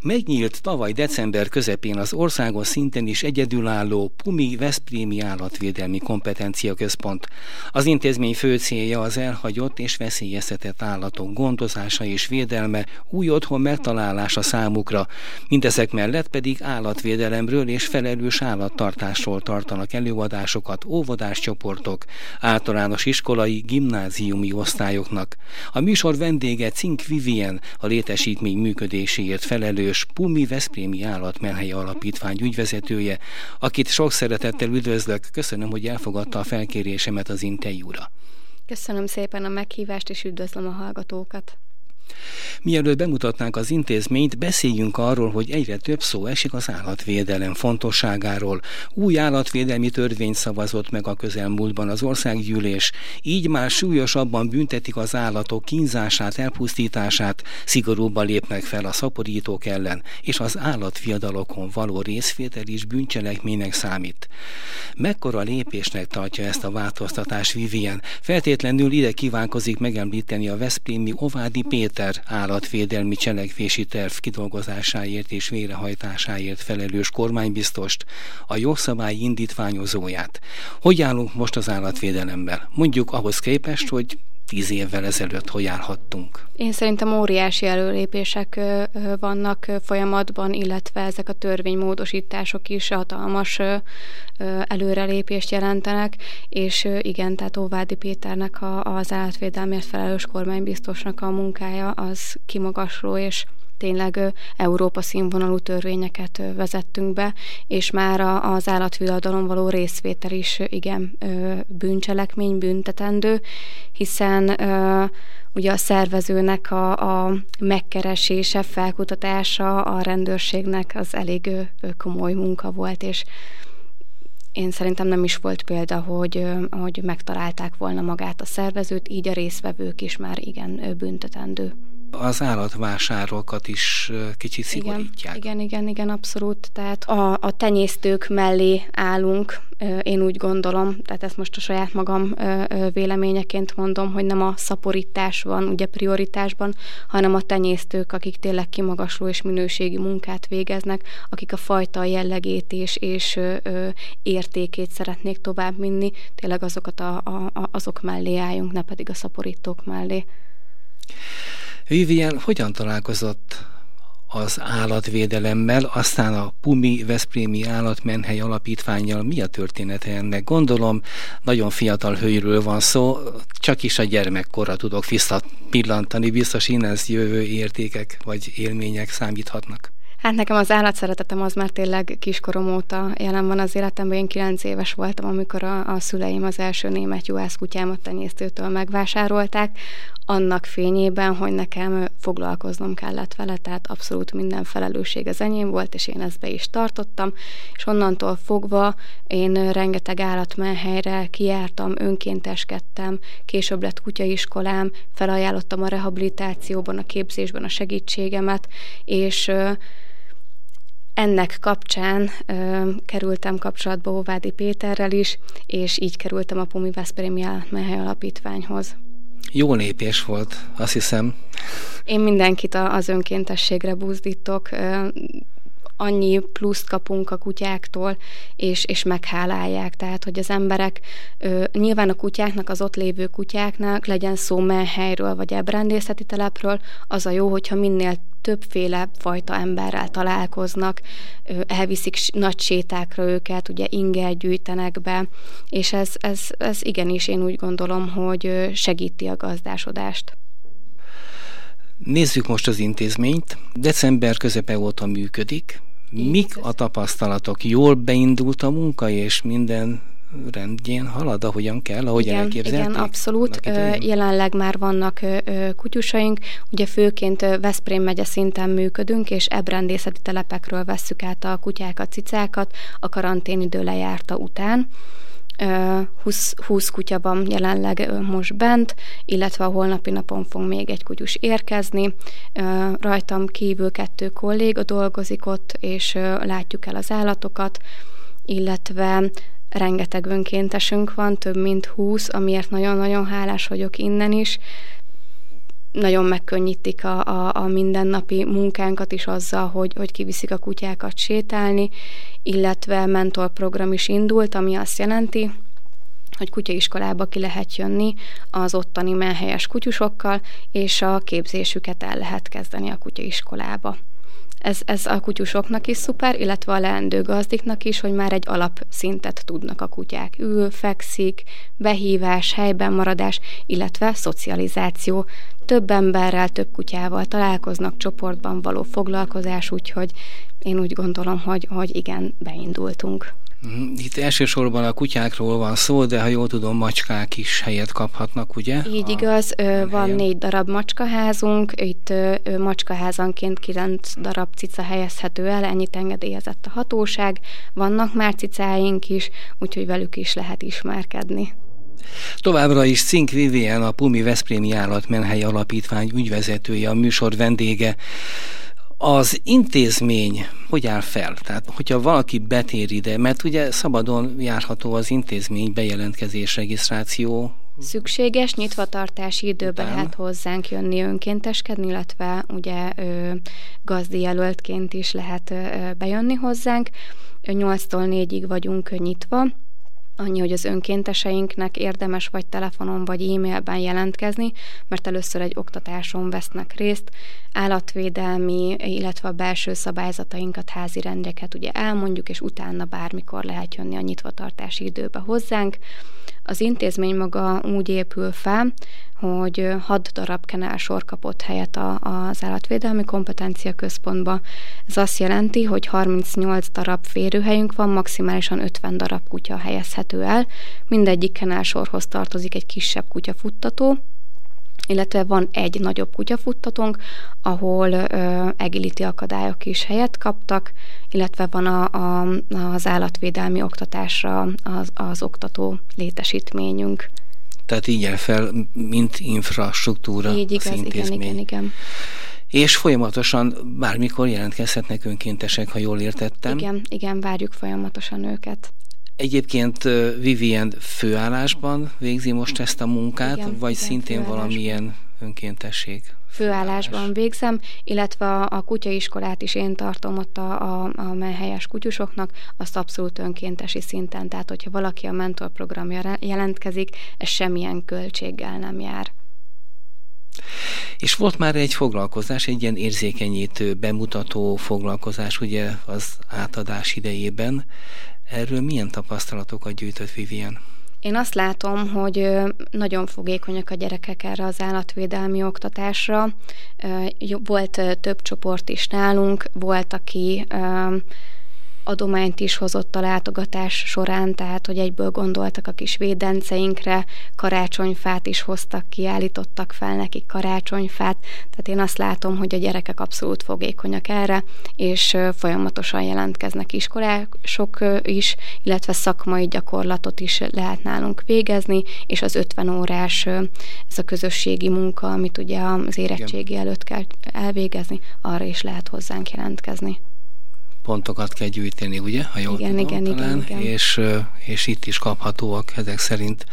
Megnyílt tavaly december közepén az országos szinten is egyedülálló Pumi Veszprémi Állatvédelmi Kompetenciaközpont. Az intézmény fő célja az elhagyott és veszélyeztetett állatok gondozása és védelme, új otthon megtalálása számukra. Mindezek mellett pedig állatvédelemről és felelős állattartásról tartanak előadásokat óvodás csoportok, általános iskolai, gimnáziumi osztályoknak. A műsor vendége Cink Vivien, a létesítmény működéséért felelős Pumi Veszprémi Állatmenhely Alapítvány ügyvezetője, akit sok szeretettel üdvözlök. Köszönöm, hogy elfogadta a felkérésemet az interjúra. Köszönöm szépen a meghívást, és üdvözlöm a hallgatókat. Mielőtt bemutatnánk az intézményt, beszéljünk arról, hogy egyre több szó esik az állatvédelem fontosságáról. Új állatvédelmi törvényt szavazott meg a közelmúltban az országgyűlés, így már súlyosabban büntetik az állatok kínzását, elpusztítását, szigorúbban lépnek fel a szaporítók ellen, és az állatfiadalokon való részvétel is bűncselekménynek számít. Mekkora lépésnek tartja ezt a változtatást Vivien? Feltétlenül ide kívánkozik megemlíteni a veszprémi Ovádi Péter állatvédelmi cselekvési terv kidolgozásáért és végrehajtásáért felelős kormánybiztost, a jogszabály indítványozóját. Hogy állunk most az állatvédelemmel? Mondjuk ahhoz képest, hogy 10 évvel ezelőtt hogy állhattunk? Én szerintem óriási előlépések vannak folyamatban, illetve ezek a törvénymódosítások is hatalmas előrelépést jelentenek, és igen, tehát Óvádi Péternek az állatvédelmért felelős kormánybiztosnak a munkája az kimagasló, és tényleg Európa színvonalú törvényeket vezettünk be, és már az állatviadalon való részvétel is igen bűncselekmény, büntetendő, hiszen ugye a szervezőnek a megkeresése, felkutatása a rendőrségnek az elég komoly munka volt, és én szerintem nem is volt példa, hogy megtalálták volna magát a szervezőt, így a résztvevők is már igen büntetendő. Az állatvásárokat is kicsit szigorítják. Igen, abszolút. Tehát a tenyésztők mellé állunk, én úgy gondolom, tehát ezt most a saját magam véleményeként mondom, hogy nem a szaporítás van ugye prioritásban, hanem a tenyésztők, akik tényleg kimagasló és minőségi munkát végeznek, akik a fajta jellegét és értékét szeretnék továbbvinni, tényleg azok mellé álljunk, ne pedig a szaporítók mellé. Vivien hogyan találkozott az állatvédelemmel, aztán a Pumi Veszprémi Állatmenhely Alapítvánnyal? Mi a története ennek? Gondolom, nagyon fiatal hölgyről van szó, csak is a gyermekkorra tudok visszapillantani, biztos innen jövő értékek vagy élmények számíthatnak. Hát nekem az állatszeretetem az már tényleg kiskorom óta jelen van az életemben. Én 9 éves voltam, amikor a szüleim az első német juhászkutyámat tenyésztőtől megvásárolták, annak fényében, hogy nekem foglalkoznom kellett vele, tehát abszolút minden felelősség az enyém volt, és én ezt be is tartottam, és onnantól fogva én rengeteg állatmenhelyre kijártam, önkénteskedtem, később lett kutyaiskolám, felajánlottam a rehabilitációban, a képzésben a segítségemet, és ennek kapcsán kerültem kapcsolatba Óvádi Péterrel is, és így kerültem a Pumi Veszprémi Állatmenhely Alapítványhoz. Jó lépés volt, azt hiszem. Én mindenkit az önkéntességre buzdítok. Annyi pluszt kapunk a kutyáktól, és meghálálják. Tehát, hogy az emberek, nyilván a kutyáknak, az ott lévő kutyáknak, legyen szó menhelyről vagy ebrendészeti telepről, az a jó, hogyha minél többféle fajta emberrel találkoznak, elviszik nagy sétákra őket, ugye ingert gyűjtenek be, és ez igenis én úgy gondolom, hogy segíti a gazdásodást. Nézzük most az intézményt. December közepe óta működik. Mik a tapasztalatok? Jól beindult a munka, és minden rendjén halad, ahogyan kell, ahogy elképzelték? Igen, abszolút. Jelenleg már vannak kutyusaink. Ugye főként Veszprém megye szinten működünk, és ebrendészeti telepekről vesszük át a kutyákat, cicákat a karanténidő lejárta után. 20 kutya van jelenleg most bent, illetve a holnapi napon fog még egy kutyus érkezni. Rajtam kívül 2 kolléga dolgozik ott, és látjuk el az állatokat, illetve rengeteg önkéntesünk van, több mint 20, amiért nagyon-nagyon hálás vagyok innen is. nagyon megkönnyítik a mindennapi munkánkat is azzal, hogy kiviszik a kutyákat sétálni, illetve mentorprogram is indult, ami azt jelenti, hogy kutyaiskolába ki lehet jönni az ottani menhelyes kutyusokkal, és a képzésüket el lehet kezdeni a kutyaiskolába. Ez a kutyusoknak is szuper, illetve a leendő gazdiknak is, hogy már egy alapszintet tudnak a kutyák. Ül, fekszik, behívás, helyben maradás, illetve szocializáció. Több emberrel, több kutyával találkoznak, csoportban való foglalkozás, úgyhogy én úgy gondolom, hogy igen, beindultunk. Itt elsősorban a kutyákról van szó, de ha jól tudom, macskák is helyet kaphatnak, ugye? Így igaz, van 4 darab macskaházunk, itt macskaházanként 9 darab cica helyezhető el, ennyit engedélyezett a hatóság, vannak már cicáink is, úgyhogy velük is lehet ismerkedni. Továbbra is Cink Vivien, a Pumi Veszprémi Állatmenhely Alapítvány ügyvezetője, a műsor vendége. Az intézmény hogy áll fel? Tehát, hogyha valaki betér ide, mert ugye szabadon járható az intézmény, bejelentkezés, regisztráció. Szükséges nyitvatartási időben lehet hozzánk jönni önkénteskedni, illetve ugye gazdi jelöltként is lehet bejönni hozzánk. 8-tól 4-ig vagyunk nyitva. Annyi, hogy az önkénteseinknek érdemes vagy telefonon, vagy e-mailben jelentkezni, mert először egy oktatáson vesznek részt, állatvédelmi, illetve a belső szabályzatainkat, házi rendjeket ugye elmondjuk, és utána bármikor lehet jönni a nyitvatartási időbe hozzánk. Az intézmény maga úgy épül fel, hogy 6 darab kenelsor kapott helyet az állatvédelmi kompetencia központba. Ez azt jelenti, hogy 38 darab férőhelyünk van, maximálisan 50 darab kutya helyezhető el. Mindegyik kenelsorhoz tartozik egy kisebb kutyafuttató, illetve van egy nagyobb kutyafuttatónk, ahol agility akadályok is helyet kaptak, illetve van az állatvédelmi oktatásra az oktató létesítményünk. Tehát így áll fel, mint infrastruktúra így igaz, az intézmény. Igen. És folyamatosan bármikor jelentkezhetnek önkéntesek, ha jól értettem. Igen, várjuk folyamatosan őket. Egyébként Vivien főállásban végzi most ezt a munkát, vagy szintén valamilyen önkéntesség? Főállásban végzem, illetve a kutyaiskolát is én tartom ott a menhelyes kutyusoknak, azt abszolút önkéntesi szinten, tehát hogyha valaki a mentorprogramra jelentkezik, ez semmilyen költséggel nem jár. És volt már egy foglalkozás, egy ilyen érzékenyítő, bemutató foglalkozás, ugye az átadás idejében. Erről milyen tapasztalatokat gyűjtött Vivien? Én azt látom, hogy nagyon fogékonyak a gyerekek erre az állatvédelmi oktatásra. Volt több csoport is nálunk, volt, aki adományt is hozott a látogatás során, tehát hogy egyből gondoltak a kis védenceinkre, karácsonyfát is hoztak, kiállítottak fel nekik karácsonyfát, tehát én azt látom, hogy a gyerekek abszolút fogékonyak erre, és folyamatosan jelentkeznek iskolások is, illetve szakmai gyakorlatot is lehet nálunk végezni, és az 50 órás ez a közösségi munka, amit ugye az érettségi előtt kell elvégezni, arra is lehet hozzánk jelentkezni. Pontokat kell gyűjteni, ugye? Ha jól tudom, talán. És itt is kaphatóak ezek szerint.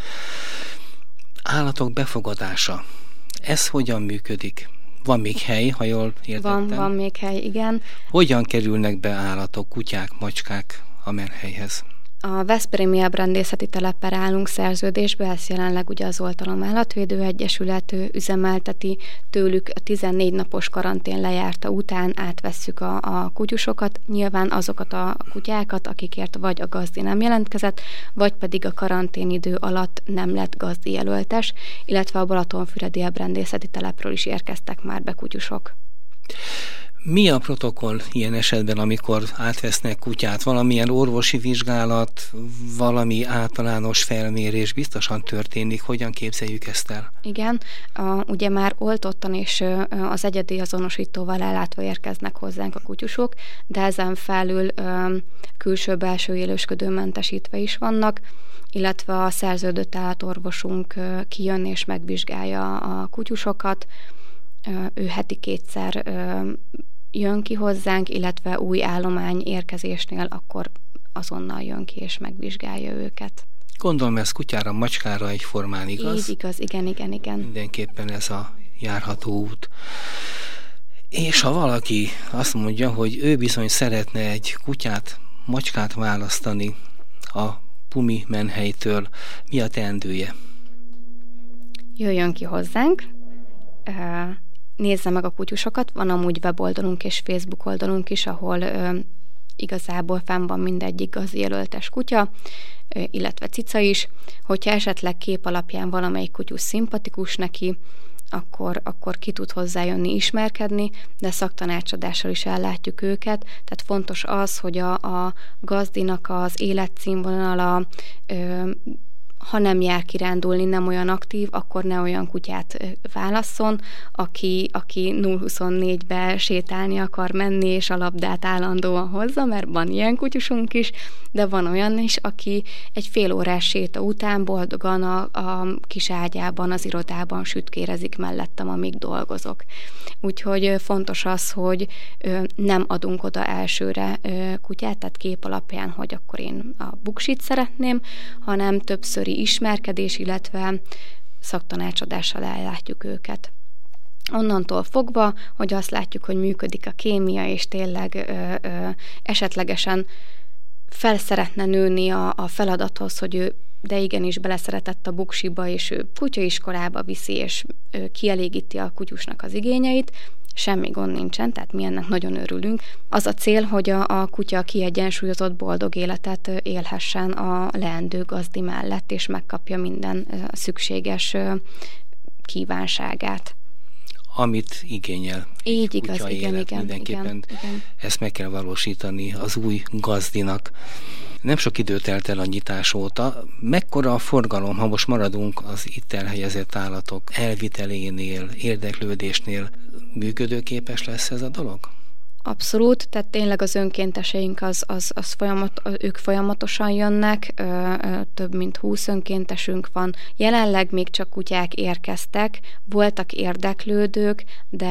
Állatok befogadása. Ez hogyan működik? Van még hely, ha jól értettem? Van még hely, igen. Hogyan kerülnek be állatok, kutyák, macskák a menhelyhez? A Veszprémi Elbrendészeti Teleppel állunk szerződésbe, ezt jelenleg ugye az Oltalom Állatvédő Egyesület üzemelteti, tőlük a 14 napos karantén lejárta után átvesszük a kutyusokat, nyilván azokat a kutyákat, akikért vagy a gazdi nem jelentkezett, vagy pedig a karanténidő alatt nem lett gazdi jelöltes, illetve a Balatonfüredi Elbrendészeti Telepről is érkeztek már be kutyusok. Mi a protokoll ilyen esetben, amikor átvesznek kutyát? Valamilyen orvosi vizsgálat, valami általános felmérés biztosan történik. Hogyan képzeljük ezt el? Igen, ugye már oltottan és az egyedi azonosítóval ellátva érkeznek hozzánk a kutyusok, de ezen felül külső-belső élősködőmentesítve is vannak, illetve a szerződött állatorvosunk kijön és megvizsgálja a kutyusokat. Ő heti 2-szer jön ki hozzánk, illetve új állomány érkezésnél akkor azonnal jön ki és megvizsgálja őket. Gondolom ez kutyára, macskára egyformán igaz? Így igaz, igen. Mindenképpen ez a járható út. És ha valaki azt mondja, hogy ő bizony szeretne egy kutyát, macskát választani a Pumi menhelytől, mi a teendője? Jöjjön ki hozzánk, nézze meg a kutyusokat, van amúgy weboldalunk és Facebook oldalunk is, ahol igazából fenn van mindegyik gazdijelöltes kutya, illetve cica is. Hogyha esetleg kép alapján valamelyik kutyus szimpatikus neki, akkor ki tud hozzájönni, ismerkedni, de szaktanácsadással is ellátjuk őket. Tehát fontos az, hogy a gazdinak az életszínvonala, ha nem jár kirándulni, nem olyan aktív, akkor ne olyan kutyát válasszon, aki 0-24-be sétálni akar menni, és a labdát állandóan hozza, mert van ilyen kutyusunk is, de van olyan is, aki egy fél órás séta után boldogan a kis ágyában, az irodában sütkérezik mellettem, amíg dolgozok. Úgyhogy fontos az, hogy nem adunk oda elsőre kutyát, tehát kép alapján, hogy akkor én a buksit szeretném, hanem többszöri ismerkedés, illetve szaktanácsadással ellátjuk őket. Onnantól fogva, hogy azt látjuk, hogy működik a kémia, és tényleg esetlegesen fel szeretne nőni a feladathoz, hogy ő de igenis beleszeretett a buksiba, és ő kutyaiskolába viszi, és kielégíti a kutyusnak az igényeit, semmi gond nincsen, tehát mi ennek nagyon örülünk. Az a cél, hogy a kutya kiegyensúlyozott, boldog életet élhessen a leendő gazdi mellett, és megkapja minden szükséges kívánságát. Amit igényel. Így igaz, igen. Mindenképpen ezt meg kell valósítani az új gazdinak. Nem sok idő telt el a nyitás óta. Mekkora a forgalom, ha most maradunk az itt elhelyezett állatok elvitelénél, érdeklődésnél, működőképes lesz ez a dolog? Abszolút, tehát tényleg az önkénteseink ők folyamatosan jönnek, több mint 20 önkéntesünk van. Jelenleg még csak kutyák érkeztek, voltak érdeklődők,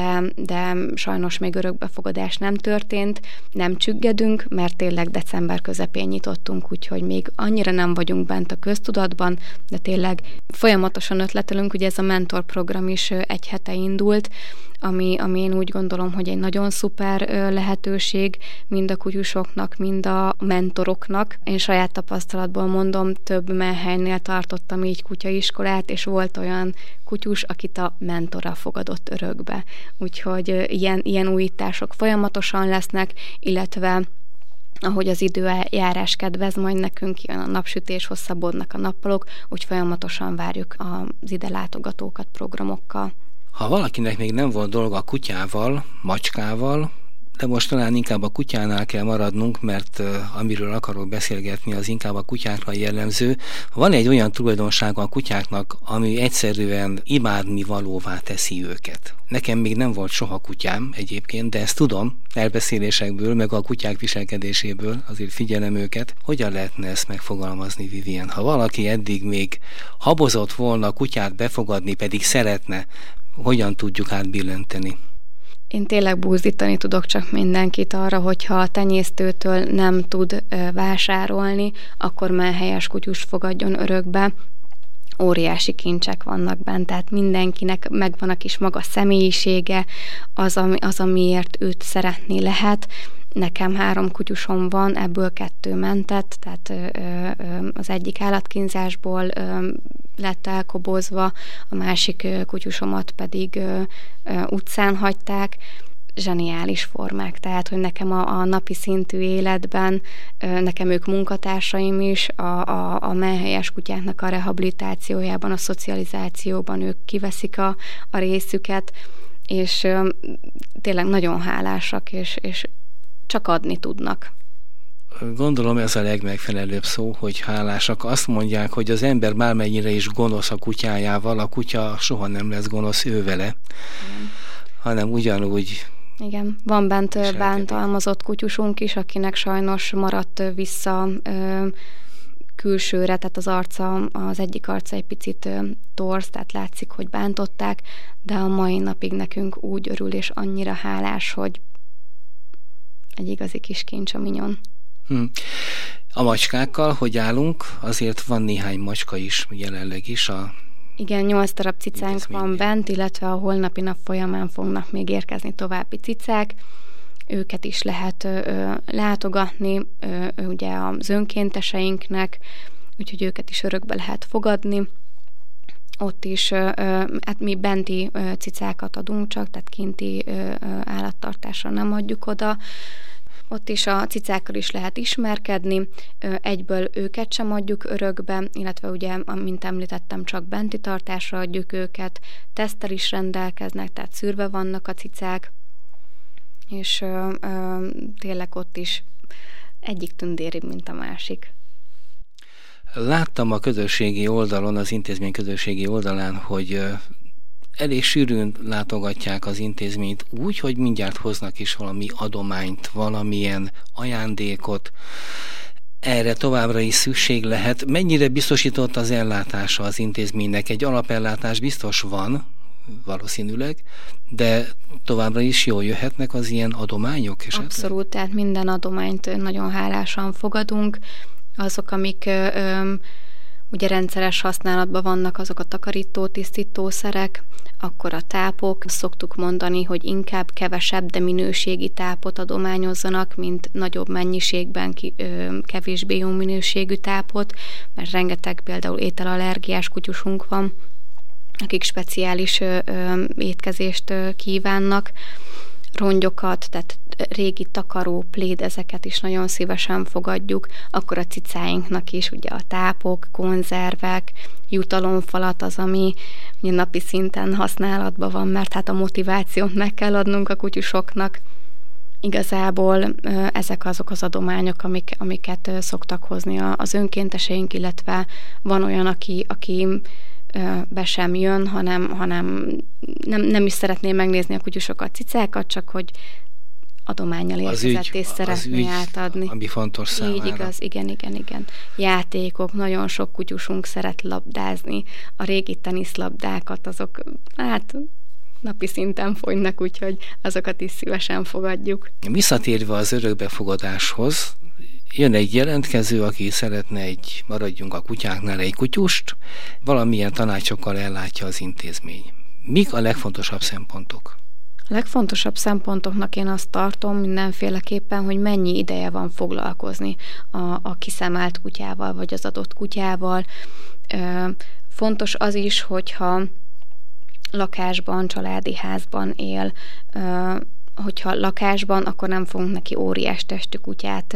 de sajnos még örökbefogadás nem történt, nem csüggedünk, mert tényleg december közepén nyitottunk, úgyhogy még annyira nem vagyunk bent a köztudatban, de tényleg folyamatosan ötletelünk, ugye ez a mentorprogram is egy hete indult, ami én úgy gondolom, hogy egy nagyon szuper lehetőség mind a kutyusoknak, mind a mentoroknak. Én saját tapasztalatból mondom, több menhelynél tartottam így kutyaiskolát, és volt olyan kutyus, akit a mentora fogadott örökbe. Úgyhogy ilyen újítások folyamatosan lesznek, illetve ahogy az időjárás kedvez, majd nekünk jön a napsütés, hosszabbodnak a nappalok, úgy folyamatosan várjuk az ide látogatókat programokkal. Ha valakinek még nem volt dolga a kutyával, macskával, de most talán inkább a kutyánál kell maradnunk, mert amiről akarok beszélgetni, az inkább a kutyákra jellemző. Van egy olyan tulajdonsága a kutyáknak, ami egyszerűen imádnivalóvá teszi őket. Nekem még nem volt soha kutyám egyébként, de ezt tudom elbeszélésekből, meg a kutyák viselkedéséből, azért figyelem őket. Hogyan lehetne ezt megfogalmazni, Vivien? Ha valaki eddig még habozott volna a kutyát befogadni, pedig szeretne, hogyan tudjuk átbillenteni? Én tényleg buzdítani tudok csak mindenkit arra, hogyha a tenyésztőtől nem tud vásárolni, akkor menhelyes kutyus fogadjon örökbe. Óriási kincsek vannak bent, tehát mindenkinek megvan a kis maga személyisége, az, amiért őt szeretni lehet. Nekem 3 kutyusom van, ebből 2 mentett, tehát az egyik állatkínzásból lett elkobozva, a másik kutyusomat pedig utcán hagyták. Zseniális formák, tehát, hogy nekem a napi szintű életben, nekem ők munkatársaim is, a menhelyes kutyáknak a rehabilitációjában, a szocializációban ők kiveszik a részüket, és tényleg nagyon hálásak, és csak adni tudnak. Gondolom ez a legmegfelelőbb szó, hogy hálásak. Azt mondják, hogy az ember bármennyire is gonosz a kutyájával, a kutya soha nem lesz gonosz ő vele, hanem ugyanúgy. Igen, van bent bántalmazott kutyusunk is, akinek sajnos maradt vissza külsőre, tehát az egyik arca egy picit torz, tehát látszik, hogy bántották, de a mai napig nekünk úgy örül és annyira hálás, hogy egy igazi kis kincs a minyon. A macskákkal, hogy állunk, azért van néhány macska is jelenleg is a Igen, 8 darab cicánk van bent, illetve a holnapi nap folyamán fognak még érkezni további cicák. Őket is lehet látogatni, ugye az önkénteseinknek, úgyhogy őket is örökbe lehet fogadni. Ott is hát mi benti cicákat adunk csak, tehát kinti állattartásra nem adjuk oda. Ott is a cicákkal is lehet ismerkedni, egyből őket sem adjuk örökbe, illetve ugye, mint említettem, csak benti tartásra adjuk őket, teszttel is rendelkeznek, tehát szűrve vannak a cicák, és tényleg ott is egyik tündéribb, mint a másik. Láttam a közösségi oldalon, az intézmény közösségi oldalán, hogy elég sűrűn látogatják az intézményt úgy, hogy mindjárt hoznak is valami adományt, valamilyen ajándékot. Erre továbbra is szükség lehet. Mennyire biztosított az ellátása az intézménynek? Egy alapellátás biztos van, valószínűleg, de továbbra is jól jöhetnek az ilyen adományok esetleg? Abszolút, tehát minden adományt nagyon hálásan fogadunk. Azok, amik ugye rendszeres használatban vannak, azok a takarító, tisztítószerek, akkor a tápok. Szoktuk mondani, hogy inkább kevesebb, de minőségi tápot adományozzanak, mint nagyobb mennyiségben kevésbé jó minőségű tápot, mert rengeteg például ételallergiás kutyusunk van, akik speciális étkezést kívánnak, rongyokat, tehát régi takaró, pléd, ezeket is nagyon szívesen fogadjuk, akkor a cicáinknak is ugye a tápok, konzervek, jutalomfalat az, ami ugye napi szinten használatban van, mert hát a motivációt meg kell adnunk a kutyusoknak. Igazából ezek azok az adományok, amiket szoktak hozni az önkénteseink, illetve van olyan, aki be sem jön, hanem nem is szeretné megnézni a kutyusokat, cicákat, csak hogy adománnyal érkezett és szeretné átadni. Ami fontos számára. Így igaz, igen. Játékok, nagyon sok kutyusunk szeret labdázni. A régi teniszlabdákat, azok napi szinten fogynak, úgyhogy azokat is szívesen fogadjuk. Visszatérve az örökbefogadáshoz, jön egy jelentkező, aki szeretne maradjunk a kutyáknál, egy kutyust, valamilyen tanácsokkal ellátja az intézmény. Mik a legfontosabb szempontok? A legfontosabb szempontoknak én azt tartom mindenféleképpen, hogy mennyi ideje van foglalkozni a kiszemelt kutyával, vagy az adott kutyával. Fontos az is, hogyha lakásban, családi házban él, hogyha lakásban, akkor nem fogunk neki óriás testű kutyát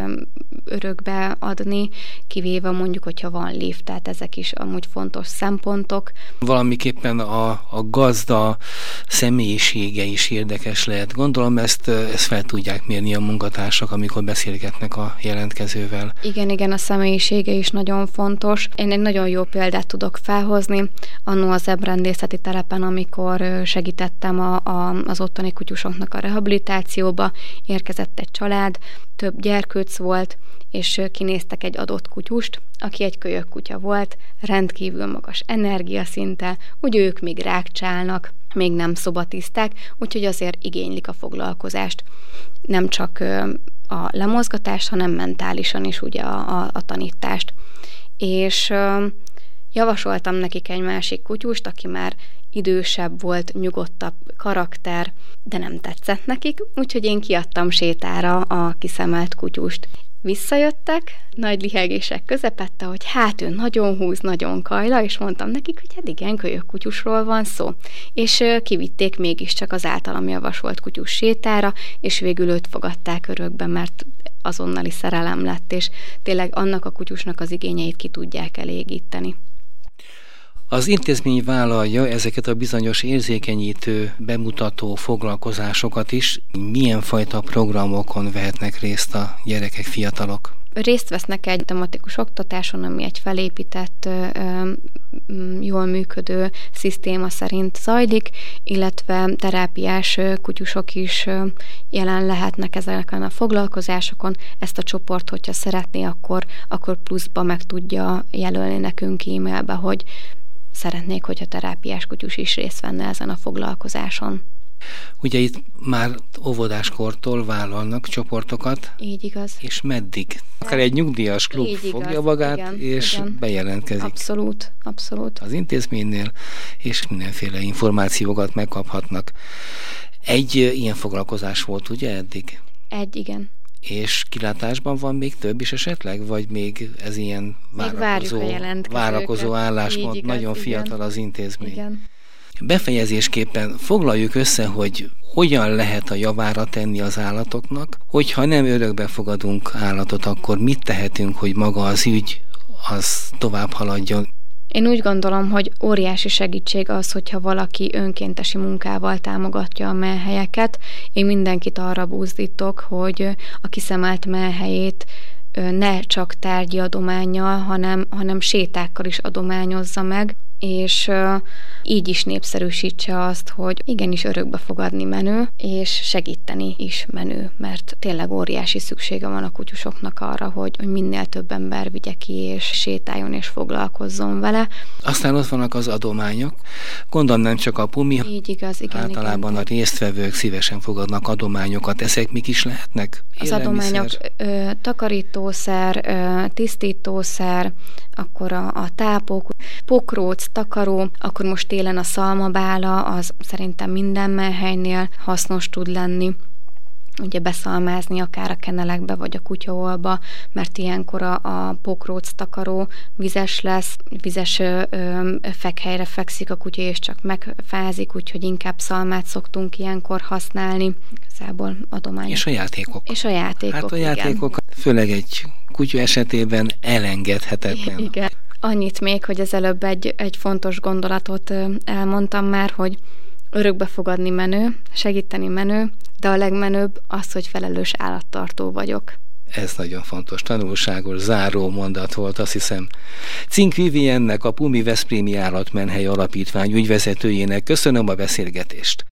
örökbe adni, kivéve mondjuk, hogyha van lift, tehát ezek is amúgy fontos szempontok. Valamiképpen a gazda személyisége is érdekes lehet. Gondolom ezt fel tudják mérni a munkatársak, amikor beszélgetnek a jelentkezővel. Igen, a személyisége is nagyon fontos. Én egy nagyon jó példát tudok felhozni. Annó az zebrendészeti telepen, amikor segítettem az ottani kutyusoknak a rehabilitációba, érkezett egy család, több gyerkőc volt, és kinéztek egy adott kutyust, aki egy kölyök kutya volt, rendkívül magas energiaszinte, úgy ők még rákcsálnak, még nem szobatiszták, úgyhogy azért igénylik a foglalkozást. Nem csak a lemozgatást, hanem mentálisan is ugye a tanítást. És javasoltam nekik egy másik kutyust, aki már idősebb volt, nyugodtabb karakter, de nem tetszett nekik, úgyhogy én kiadtam sétára a kiszemelt kutyust. Visszajöttek, nagy lihegések közepette, hogy hát ő nagyon húz, nagyon kajla, és mondtam nekik, hogy hát igen, kölyök kutyusról van szó. És kivitték mégiscsak az általam javasolt kutyus sétára, és végül őt fogadták örökbe, mert azonnali szerelem lett, és tényleg annak a kutyusnak az igényeit ki tudják elégíteni. Az intézmény vállalja ezeket a bizonyos érzékenyítő, bemutató foglalkozásokat is. Milyen fajta programokon vehetnek részt a gyerekek, fiatalok? Részt vesznek egy tematikus oktatáson, ami egy felépített, jól működő szisztéma szerint zajlik, illetve terápiás kutyusok is jelen lehetnek ezeken a foglalkozásokon. Ezt a csoport, hogyha szeretné, akkor pluszba meg tudja jelölni nekünk e-mailbe, hogy szeretnék, hogyha terápiás kutyus is részt venne ezen a foglalkozáson. Ugye itt már óvodáskortól vállalnak csoportokat. Így igaz. És meddig? Akár egy nyugdíjas klub így fogja igaz, magát, igen, és igen. bejelentkezik. Abszolút, abszolút. Az intézménynél, és mindenféle információkat megkaphatnak. Egy ilyen foglalkozás volt ugye eddig? Igen. És kilátásban van még több is esetleg? Vagy még ez ilyen várakozó álláspont? Igaz, nagyon fiatal az intézmény. Igen. Befejezésképpen foglaljuk össze, hogy hogyan lehet a javára tenni az állatoknak, hogyha nem örökbe fogadunk állatot, akkor mit tehetünk, hogy maga az ügy az tovább haladjon. Én úgy gondolom, hogy óriási segítség az, hogyha valaki önkéntesi munkával támogatja a mellhelyeket. Én mindenkit arra buzdítok, hogy a kiszemelt mellhelyét ne csak tárgyi adománnyal, hanem sétákkal is adományozza meg, és így is népszerűsítse azt, hogy igenis örökbe fogadni menő, és segíteni is menő, mert tényleg óriási szüksége van a kutyusoknak arra, hogy minél több ember vigye ki, és sétáljon, és foglalkozzon vele. Aztán ott vannak az adományok. Gondolom nem csak a Pumi, így igaz, igen, általában igen. A résztvevők szívesen fogadnak adományokat. Ezek mik is lehetnek? Az adományok takarítószer, tisztítószer, akkor a tápok, pokróc, takaró, akkor most télen a szalmabála, az szerintem minden mellhelynél hasznos tud lenni. Ugye beszalmázni akár a kenelekbe, vagy a kutyaolba, mert ilyenkor a pokróc takaró vizes lesz, vizes fekhelyre fekszik a kutya, és csak megfázik, úgyhogy inkább szalmát szoktunk ilyenkor használni. Igazából adomány. És a játékok. És a játékok, hát a játékok, igen. Főleg egy kutya esetében elengedhetetlen. Igen. Annyit még, hogy az előbb egy fontos gondolatot elmondtam már, hogy örökbe fogadni menő, segíteni menő, de a legmenőbb az, hogy felelős állattartó vagyok. Ez nagyon fontos, tanulságos, záró mondat volt, azt hiszem. Cink Viviennek, a Pumi Veszprémi Állatmenhely Alapítvány ügyvezetőjének köszönöm a beszélgetést.